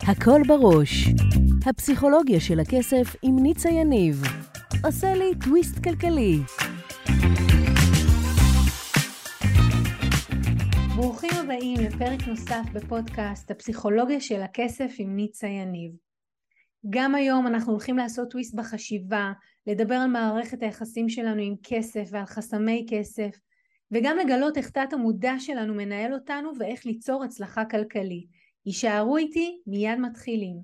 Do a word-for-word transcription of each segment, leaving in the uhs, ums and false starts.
הכל בראש. הפסיכולוגיה של הכסף עם ניצה יניב. עושה לי טוויסט כלכלי. ברוכים הבאים לפרק נוסף בפודקאסט הפסיכולוגיה של הכסף עם ניצה יניב. גם היום אנחנו הולכים לעשות טוויסט בחשיבה, לדבר על מערכת היחסים שלנו עם כסף ועל חסמי כסף, וגם לגלות איך תת המודע שלנו מנהל אותנו ואיך ליצור הצלחה כלכלית. יישארו איתי, מיד מתחילים.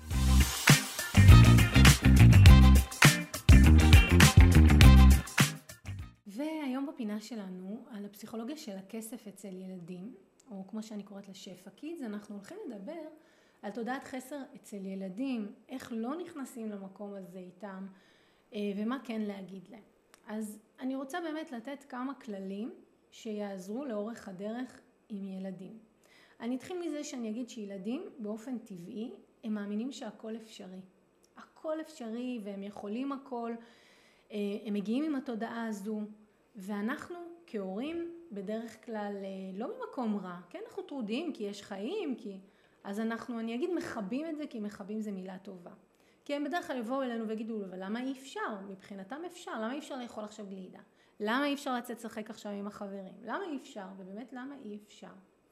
והיום בפינה שלנו על הפסיכולוגיה של הכסף אצל ילדים, או כמו שאני קוראת לשפע קידס, אנחנו הולכים לדבר על תודעת חסר אצל ילדים, איך לא נכנסים למקום הזה איתם, ומה כן להגיד להם. אז אני רוצה באמת לתת כמה כללים שיעזרו לאורך הדרך עם ילדים. אני אתחיל מזה שאני אגיד שילדים באופן טבעי הם מאמינים שהכל אפשרי. הכל אפשרי והם יכולים הכל, הם מגיעים עם התודעה הזו, ואנחנו כהורים בדרך כלל לא ממקום רע, כן, אנחנו טרודים כי יש חיים, כי... אז אנחנו, אני אגיד מחבים את זה, כי מחבים זה מילה טובה. כי הם בדרך כלל יבואו אלינו ויגידו, אבל למה אי אפשר? מבחינתם אפשר, למה אי אפשר לאכול עכשיו גלידה? למה אי אפשר לצאת לשחק עכשיו עם החברים? למה אי אפשר? ובאמת למה אי אפשר?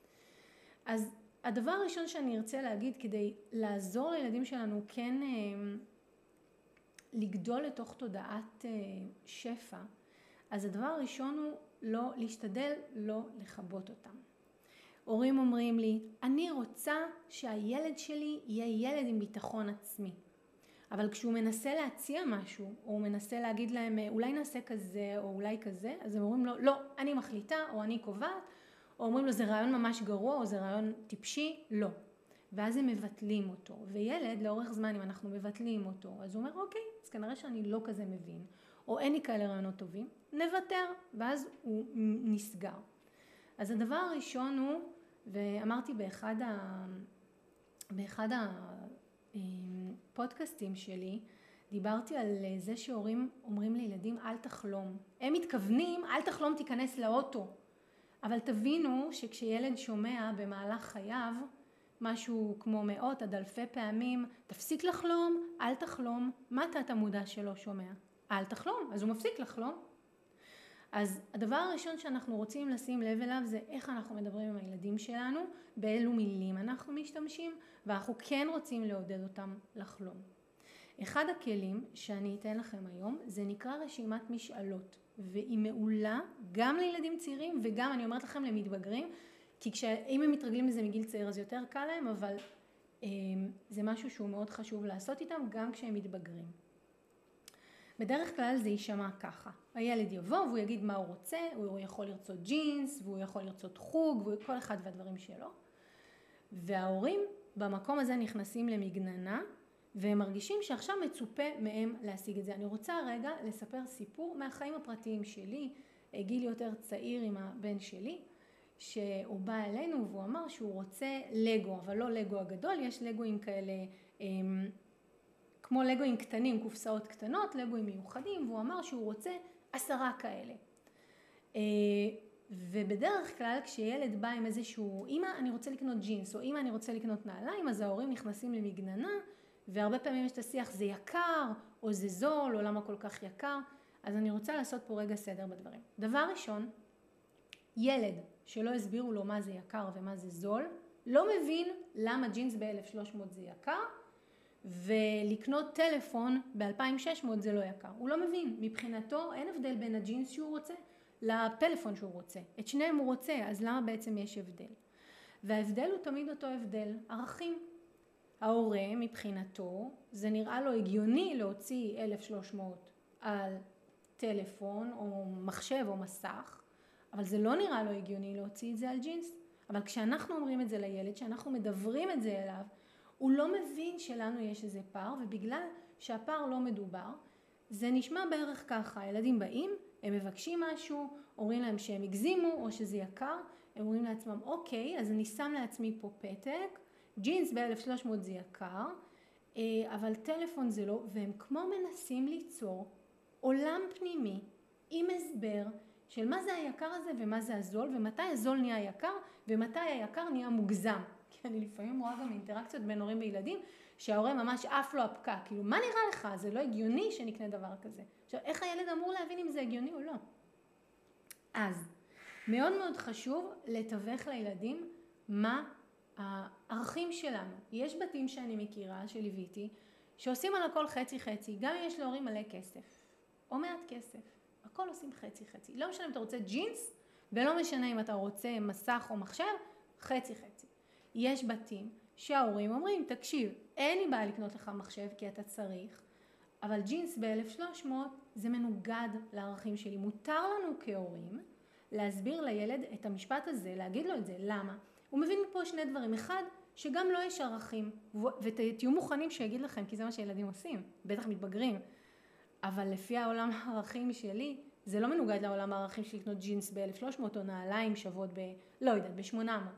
אז הדבר הראשון שאני ארצה להגיד כדי לעזור לילדים שלנו כן אה, לגדול לתוך תודעת אה, שפע, אז הדבר הראשון הוא לא להשתדל לא לחבות אותם. הורים אומרים לי, אני רוצה שהילד שלי יהיה ילד עם ביטחון עצמי. אבל כשהוא מנסה להציע משהו, או הוא מנסה להגיד להם, אולי נעשה כזה, או אולי כזה, אז הם אומרים לו, לא, אני מחליטה, או אני קובעת, או אומרים לו, זה רעיון ממש גרוע, או זה רעיון טיפשי, לא. ואז הם מבטלים אותו. וילד, לאורך זמן, אם אנחנו מבטלים אותו, אז הוא אומר, אוקיי, אז כנראה שאני לא כזה מבין, או אין לי כאלה רעיונות טובים, נוותר, ואז הוא נסגר. אז הדבר הראשון הוא, ואמרתי באחד ה... באחד הפודקאסטים שלי, דיברתי על זה שהורים אומרים לילדים, אל תחלום. הם מתכוונים, אל תחלום, תיכנס לאוטו. אבל תבינו שכשילד שומע במהלך חייו, משהו כמו מאות עד אלפי פעמים, תפסיק לחלום, אל תחלום, מה תת המודע שלו שומע? אל תחלום, אז הוא מפסיק לחלום. אז הדבר הראשון שאנחנו רוצים לשים לב אליו זה איך אנחנו מדברים עם הילדים שלנו, באילו מילים אנחנו משתמשים, ואנחנו כן רוצים לעודד אותם לחלום. אחד הכלים שאני אתן לכם היום זה נקרא רשימת משאלות, והיא מעולה גם לילדים צעירים וגם אני אומרת לכם למתבגרים, כי אם הם מתרגלים לזה מגיל צעיר אז יותר קל להם, אבל אה, זה משהו שהוא מאוד חשוב לעשות איתם גם כשהם מתבגרים. בדרך כלל זה יישמע ככה, הילד יבוא והוא יגיד מה הוא רוצה, הוא יכול לרצות ג'ינס והוא יכול לרצות חוג וכל אחד והדברים שלו, וההורים במקום הזה נכנסים למגננה והם מרגישים שעכשיו מצופה מהם להשיג את זה. אני רוצה רגע לספר סיפור מהחיים הפרטיים שלי, גיל יותר צעיר עם הבן שלי, שהוא בא אלינו והוא אמר שהוא רוצה לגו, אבל לא לגו הגדול, יש לגוים כאלה כמו לגוים קטנים, קופסאות קטנות, לגוים מיוחדים, והוא אמר שהוא רוצה עשרה כאלה. ובדרך כלל כשילד בא עם איזשהו, אמא אני רוצה לקנות ג'ינס, או אמא אני רוצה לקנות נעליים, אז ההורים נכנסים למגננה, והרבה פעמים יש את השיח זה יקר, או זה זול, או למה כל כך יקר. אז אני רוצה לעשות פה רגע סדר בדברים. דבר ראשון, ילד שלא הסבירו לו מה זה יקר ומה זה זול, לא מבין למה ג'ינס ב-אלף ושלוש מאות זה יקר, ולקנות טלפון ב-אלפיים ושש מאות זה לא יקר. הוא לא מבין, מבחינתו אין הבדל בין הג'ינס שהוא רוצה לפלאפון שהוא רוצה. את שניהם הוא רוצה, אז למה בעצם יש הבדל? וההבדל הוא תמיד אותו הבדל, ערכים. ההורה מבחינתו, זה נראה לו הגיוני להוציא אלף ושלוש מאות על טלפון או מחשב או מסך, אבל זה לא נראה לו הגיוני להוציא את זה על ג'ינס. אבל כשאנחנו אומרים את זה לילד, שאנחנו מדברים את זה אליו, הוא לא מבין שלנו יש איזה פער, ובגלל שהפער לא מדובר, זה נשמע בערך ככה. הילדים באים, הם מבקשים משהו, אומרים להם שהם הגזימו או שזה יקר, הם אומרים לעצמם, אוקיי, אז אני שם לעצמי פה פתק, ג'ינס ב-אלף ושלוש מאות זה יקר, אבל טלפון זה לא, והם כמו מנסים ליצור עולם פנימי עם הסבר של מה זה היקר הזה ומה זה הזול, ומתי הזול נהיה יקר, ומתי היקר נהיה מוגזם. כי אני לפעמים רואה גם אינטראקציות בין הורים וילדים, שההורה ממש אף לא הפקה, כאילו מה נראה לך? זה לא הגיוני שנקנה דבר כזה. עכשיו, איך הילד אמור להבין אם זה הגיוני או לא? אז, מאוד מאוד חשוב לתווך לילדים מה הערכים שלנו. יש בתים שאני מכירה, שליוויתי, שעושים על הכל חצי חצי, גם אם יש להורים מלא כסף, או מעט כסף, הכל עושים חצי חצי. לא משנה אם אתה רוצה ג'ינס, ולא משנה אם אתה רוצה מסך או מחשב, חצי חצי. יש בתים שההורים אומרים, תקשיב, אין לי בעיה לקנות לך מחשב כי אתה צריך, אבל ג'ינס ב-אלף ושלוש מאות זה מנוגד לערכים שלי. מותר לנו כהורים להסביר לילד את המשפט הזה, להגיד לו את זה. למה? הוא מבין פה שני דברים. אחד, שגם לא יש ערכים, ותהיו מוכנים שיגיד לכם, כי זה מה שילדים עושים, בטח מתבגרים. אבל לפי העולם הערכים שלי, זה לא מנוגד לעולם הערכים של לקנות ג'ינס ב-אלף ושלוש מאות או נעליים שוות ב... לא יודעת, ב-שמונה מאות.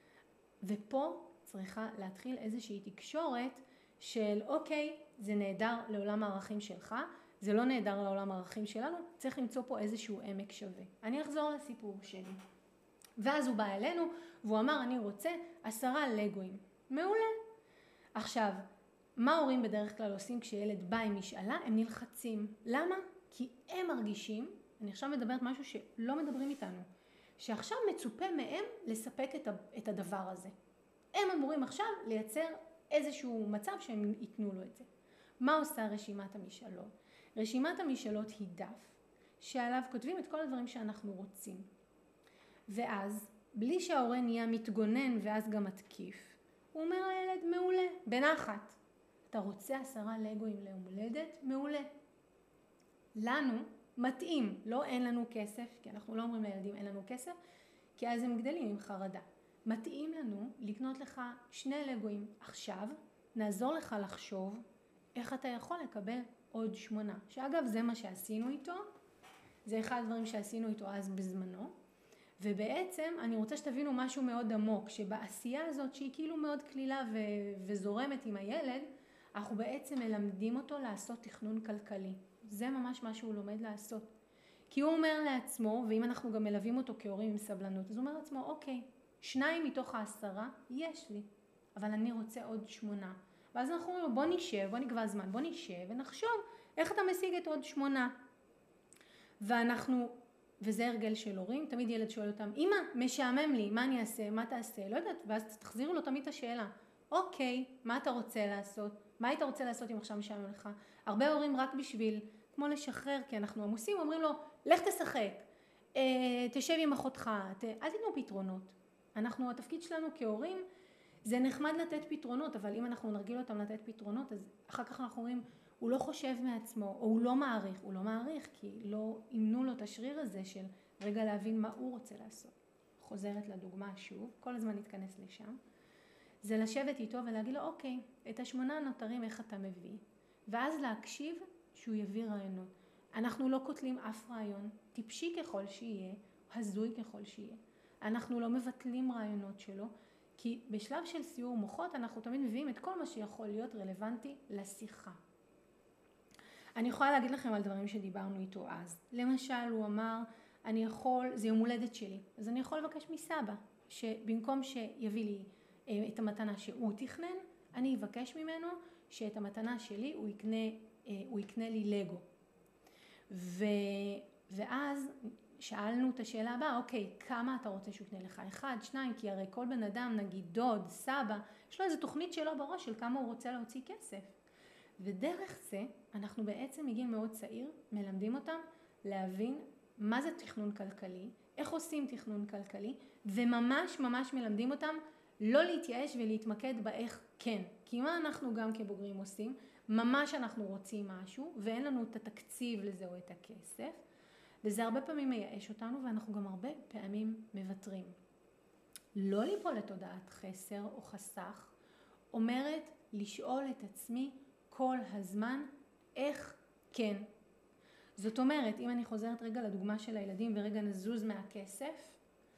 ופה צריכה להתחיל איזושהי תקשורת של אוקיי, זה נהדר לעולם הערכים שלך, זה לא נהדר לעולם הערכים שלנו, צריך למצוא פה איזשהו עמק שווה. אני אחזור לסיפור שלי. ואז הוא בא אלינו, והוא אמר, אני רוצה עשרה לגויים. מעולה. עכשיו, מה ההורים בדרך כלל עושים כשילד בא עם משאלה? הם נלחצים. למה? כי הם מרגישים, אני עכשיו מדברת משהו שלא מדברים איתנו, שעכשיו מצופה מהם לספק את הדבר הזה. הם אמורים עכשיו לייצר איזשהו מצב שהם ייתנו לו את זה. מה עושה רשימת המשאלות? רשימת המשאלות היא דף שעליו כותבים את כל הדברים שאנחנו רוצים. ואז, בלי שההורה נהיה מתגונן ואז גם מתקיף, הוא אומר לילד, מעולה, בנחת. אתה רוצה עשרה לגויים ליום הולדת? מעולה. לנו מתאים, לא אין לנו כסף, כי אנחנו לא אומרים לילדים אין לנו כסף, כי אז הם גדלים עם חרדה. מתאים לנו לקנות לך שני לגויים. עכשיו נעזור לך לחשוב איך אתה יכול לקבל עוד שמונה. שאגב זה מה שעשינו איתו, זה אחד הדברים שעשינו איתו אז בזמנו, ובעצם אני רוצה שתבינו משהו מאוד עמוק, שבעשייה הזאת שהיא כאילו מאוד כלילה ו- וזורמת עם הילד, אנחנו בעצם מלמדים אותו לעשות תכנון כלכלי. זה ממש מה שהוא לומד לעשות. כי הוא אומר לעצמו, ואם אנחנו גם מלווים אותו כהורים עם סבלנות, אז הוא אומר לעצמו, אוקיי, שניים מתוך העשרה יש לי, אבל אני רוצה עוד שמונה. ואז אנחנו אומרים, בוא נשב, בוא נקבע זמן, בוא נשב ונחשוב איך אתה משיג את עוד שמונה. ואנחנו, וזה הרגל של הורים, תמיד ילד שואל אותם, אמא, משעמם לי, מה אני אעשה, מה תעשה, לא יודעת, ואז תחזירו לו תמיד את השאלה, אוקיי, מה אתה רוצה לעשות? מה היית רוצה לעשות אם עכשיו משעמם לך? הרבה הורים רק בשביל, כמו לשחרר, כי אנחנו עמוסים, אומרים לו, לך תשחק, אה, תשב עם אחותך, ת... אל תיתנו פתרונות. אנחנו, התפקיד שלנו כהורים, זה נחמד לתת פתרונות, אבל אם אנחנו נרגיל אותם לתת פתרונות, אז אחר כך אנחנו אומרים, הוא לא חושב מעצמו, או הוא לא מעריך, הוא לא מעריך, כי לא אימנו לו את השריר הזה של רגע להבין מה הוא רוצה לעשות. חוזרת לדוגמה שוב, כל הזמן נתכנס לשם. זה לשבת איתו ולהגיד לו, אוקיי, את השמונה הנותרים איך אתה מביא, ואז להקשיב שהוא יביא רעיונות. אנחנו לא קוטלים אף רעיון, טיפשי ככל שיהיה, הזוי ככל שיהיה. אנחנו לא מבטלים רעיונות שלו, כי בשלב של סיור מוחות אנחנו תמיד מביאים את כל מה שיכול להיות רלוונטי לשיחה. אני יכולה להגיד לכם על דברים שדיברנו איתו אז. למשל, הוא אמר, אני יכול, זה יום הולדת שלי, אז אני יכול לבקש מסבא, שבמקום שיביא לי את המתנה שהוא תכנן, אני אבקש ממנו שאת המתנה שלי הוא יקנה, הוא יקנה לי לגו. ו, ואז שאלנו את השאלה הבאה, אוקיי, כמה אתה רוצה שהוא יקנה לך? אחד, שניים, כי הרי כל בן אדם, נגיד דוד, סבא, יש לו איזו תוכנית שלו בראש של כמה הוא רוצה להוציא כסף. ודרך זה אנחנו בעצם מגיל מאוד צעיר, מלמדים אותם להבין מה זה תכנון כלכלי, איך עושים תכנון כלכלי, וממש ממש מלמדים אותם לא להתייאש ולהתמקד באיך כן. כי מה אנחנו גם כבוגרים עושים? ממש אנחנו רוצים משהו ואין לנו את התקציב לזה או את הכסף, וזה הרבה פעמים מייאש אותנו ואנחנו גם הרבה פעמים מוותרים. לא ליפול לתודעת חסר או חסך, אומרת לשאול את עצמי כל הזמן איך כן. זאת אומרת, אם אני חוזרת רגע לדוגמה של הילדים ורגע נזוז מהכסף,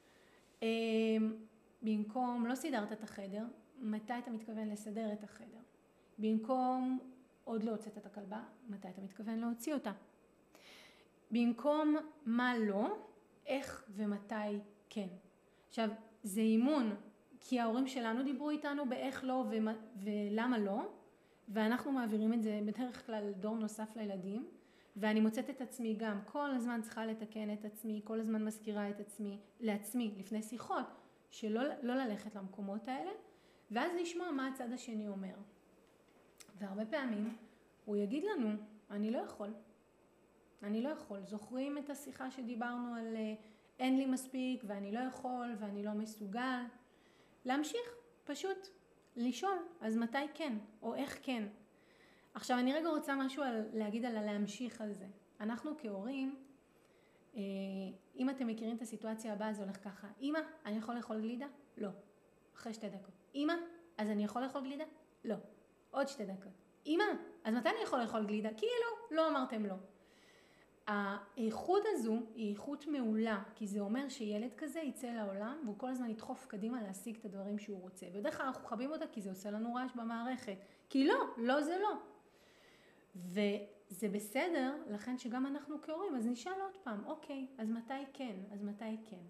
במקום לא סידרת את החדר, מתי אתה מתכוון לסדר את החדר? במקום עוד לא הוצאת את הכלבה, מתי אתה מתכוון להוציא אותה? במקום מה לא, איך ומתי כן. עכשיו, זה אימון כי ההורים שלנו דיברו איתנו באיך לא ומה, ולמה לא, ואנחנו מעבירים את זה בדרך כלל דור נוסף לילדים, ואני מוצאת את עצמי גם כל הזמן צריכה לתקן את עצמי, כל הזמן מזכירה את עצמי, לעצמי, לפני שיחות, שלא לא ללכת למקומות האלה, ואז לשמוע מה הצד השני אומר. והרבה פעמים הוא יגיד לנו, אני לא יכול, אני לא יכול. זוכרים את השיחה שדיברנו על אין לי מספיק ואני לא יכול ואני לא מסוגל? להמשיך, פשוט לשאול, אז מתי כן או איך כן? עכשיו אני רגע רוצה משהו על, להגיד על הלהמשיך על זה. אנחנו כהורים, אם אתם מכירים את הסיטואציה הבאה, זה הולך ככה. אמא, אני יכול לאכול גלידה? לא. אחרי שתי דקות. אמא, אז אני יכול לאכול גלידה? לא. עוד שתי דקות. אמא, אז מתי אני יכול לאכול גלידה? כאילו, לא אמרתם לא. האיכות הזו היא איכות מעולה, כי זה אומר שילד כזה יצא לעולם, והוא כל הזמן ידחוף קדימה להשיג את הדברים שהוא רוצה. ובדרך כלל אנחנו חבים אותה כי זה עושה לנו רעש במערכת. כי לא, לא זה לא. וזה בסדר, לכן שגם אנחנו כהורים, אז נשאל עוד פעם, אוקיי, אז מתי כן? אז מתי כן?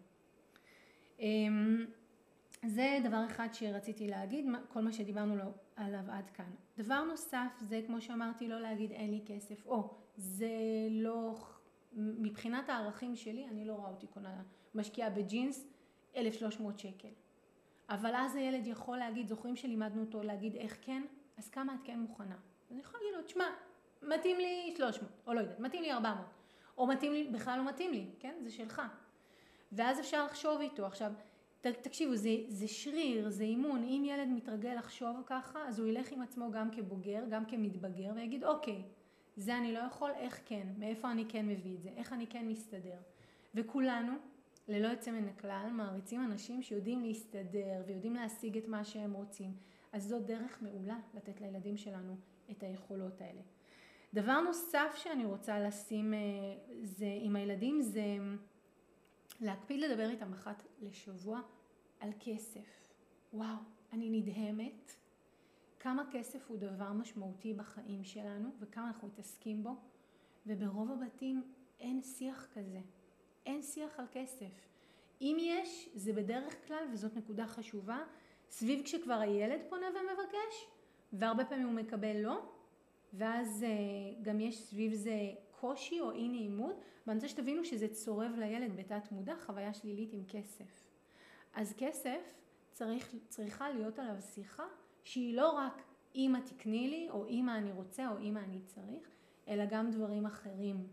זה דבר אחד שרציתי להגיד, כל מה שדיברנו עליו עד כאן. דבר נוסף, זה כמו שאמרתי, לא להגיד אין לי כסף, או זה לא, מבחינת הערכים שלי, אני לא רואה אותי קונה, משקיעה בג'ינס אלף ושלוש מאות שקל. אבל אז הילד יכול להגיד, זוכרים שלימדנו אותו להגיד איך כן, אז כמה את כן מוכנה? אני יכולה להגיד לו, תשמע, מתאים לי שלוש מאות, או לא יודעת, מתאים לי ארבע מאות, או מתאים לי, בכלל לא מתאים לי, כן? זה שלך. ואז אפשר לחשוב איתו. עכשיו, תקשיבו, זה, זה שריר, זה אימון. אם ילד מתרגל לחשוב ככה, אז הוא ילך עם עצמו גם כבוגר, גם כמתבגר, ויגיד, אוקיי, זה אני לא יכול, איך כן? מאיפה אני כן מביא את זה? איך אני כן מסתדר? וכולנו, ללא יוצא מן הכלל, מעריצים אנשים שיודעים להסתדר, ויודעים להשיג את מה שהם רוצים. אז זו דרך מעולה לתת לילדים שלנו את היכולות האלה. דבר נוסף שאני רוצה לשים זה, עם הילדים, זה להקפיד לדבר איתם אחת לשבוע על כסף. וואו, אני נדהמת כמה כסף הוא דבר משמעותי בחיים שלנו וכמה אנחנו מתעסקים בו, וברוב הבתים אין שיח כזה. אין שיח על כסף. אם יש, זה בדרך כלל, וזאת נקודה חשובה, סביב כשכבר הילד פונה ומבקש, והרבה פעמים הוא מקבל לא, ואז גם יש סביב זה קושי או אי נעימות, ואני רוצה שתבינו שזה צורב לילד בתת מודע, חוויה שלילית עם כסף. אז כסף צריך, צריכה להיות עליו שיחה, שהיא לא רק אמא תקני לי, או אמא אני רוצה, או אמא אני צריך, אלא גם דברים אחרים.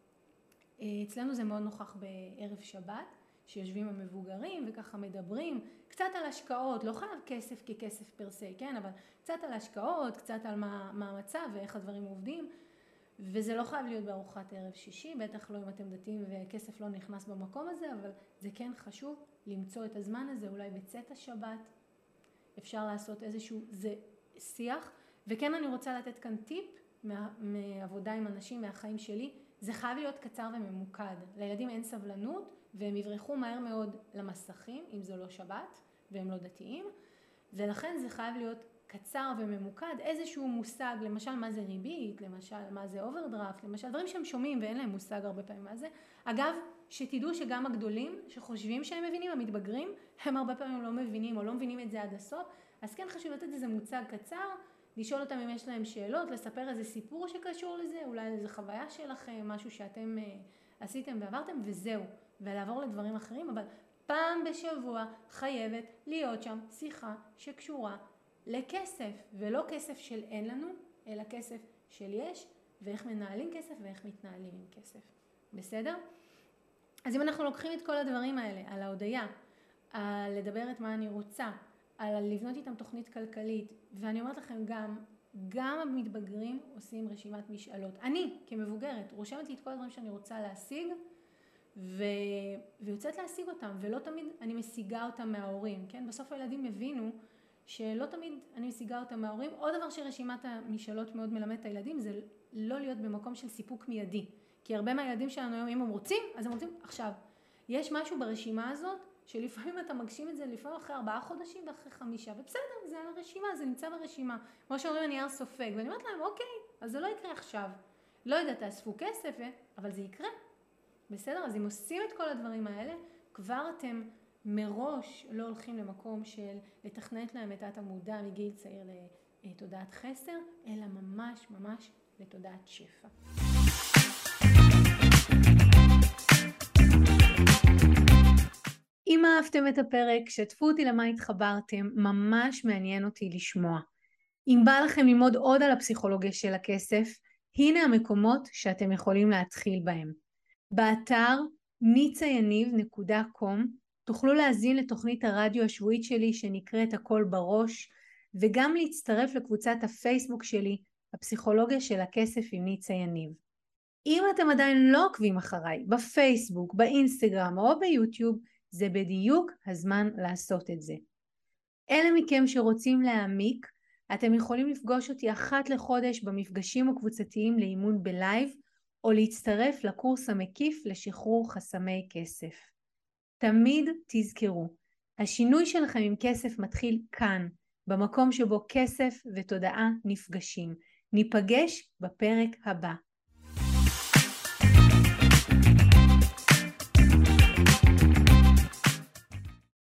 אצלנו זה מאוד נוכח בערב שבת, שיושבים המבוגרים וככה מדברים, קצת על השקעות, לא חייב כסף ככסף פרסי, כן? אבל קצת על השקעות, קצת על מה, מה המצב ואיך הדברים עובדים, וזה לא חייב להיות בארוחת ערב שישי, בטח לא אם אתם דתיים וכסף לא נכנס במקום הזה, אבל זה כן חשוב למצוא את הזמן הזה, אולי בצאת השבת, אפשר לעשות איזשהו זה שיח, וכן אני רוצה לתת כאן טיפ מה, מעבודה עם אנשים מהחיים שלי, זה חייב להיות קצר וממוקד. לילדים אין סבלנות, והם יברחו מהר מאוד למסכים, אם זו לא שבת, והם לא דתיים, ולכן זה חייב להיות קצר וממוקד, איזשהו מושג, למשל מה זה ריבית, למשל מה זה אוברדרפט, למשל דברים שהם שומעים ואין להם מושג הרבה פעמים מה זה. אגב, שתדעו שגם הגדולים שחושבים שהם מבינים, המתבגרים, הם הרבה פעמים לא מבינים או לא מבינים את זה עד הסוף, אז כן חשוב לתת איזה מוצג קצר, לשאול אותם אם יש להם שאלות, לספר איזה סיפור שקשור לזה, אולי איזה חוויה שלכם, משהו שאתם uh, עשיתם ועברתם, וזהו, ולעבור לדברים אחרים, אבל פעם בשבוע חייבת להיות שם שיחה שקשורה לכסף, ולא כסף של אין לנו, אלא כסף של יש, ואיך מנהלים כסף ואיך מתנהלים עם כסף. בסדר? אז אם אנחנו לוקחים את כל הדברים האלה, על ההודעה, על לדבר את מה אני רוצה, על לבנות איתם תוכנית כלכלית, ואני אומרת לכם גם, גם המתבגרים עושים רשימת משאלות. אני, כמבוגרת, רושמת לי את כל הדברים שאני רוצה להשיג, ו... ויוצאת להשיג אותם, ולא תמיד אני משיגה אותם מההורים, כן? בסוף הילדים הבינו שלא תמיד אני משיגה אותם מההורים. עוד דבר שרשימת המשאלות מאוד מלמד את הילדים, זה לא להיות במקום של סיפוק מיידי. כי הרבה מהילדים שלנו היום, אם הם רוצים, אז הם רוצים עכשיו. יש משהו ברשימה הזאת, שלפעמים אתה מגשים את זה לפעמים אחרי ארבעה חודשים ואחרי חמישה, ובסדר, זה על הרשימה, זה נמצא ברשימה. כמו שאומרים, הנייר סופג, ואני אומרת להם, אוקיי, אז זה לא יקרה עכשיו. לא יודעת, תאספו כסף, אבל זה יקרה. בסדר? אז אם עושים את כל הדברים האלה, כבר אתם מראש לא הולכים למקום של לתכנת להם את תת המודע מגיל צעיר לתודעת חסר, אלא ממש ממש לתודעת שפע. אם אהבתם את הפרק, שתפו אותי למה התחברתם, ממש מעניין אותי לשמוע. אם בא לכם ללמוד עוד על הפסיכולוגיה של הכסף, הנה המקומות שאתם יכולים להתחיל בהם. באתר ניצה יניב נקודה קום תוכלו להזין לתוכנית הרדיו השבועית שלי שנקראת הכל בראש, וגם להצטרף לקבוצת הפייסבוק שלי, הפסיכולוגיה של הכסף עם ניצה יניב. אם אתם עדיין לא עוקבים אחריי בפייסבוק, באינסטגרם או ביוטיוב, זה בדיוק הזמן לעשות את זה. אלה מכם שרוצים להעמיק, אתם יכולים לפגוש אותי אחת לחודש במפגשים הקבוצתיים לאימון בלייב, או להצטרף לקורס המקיף לשחרור חסמי כסף. תמיד תזכרו, השינוי שלכם עם כסף מתחיל כאן, במקום שבו כסף ותודעה נפגשים. ניפגש בפרק הבא.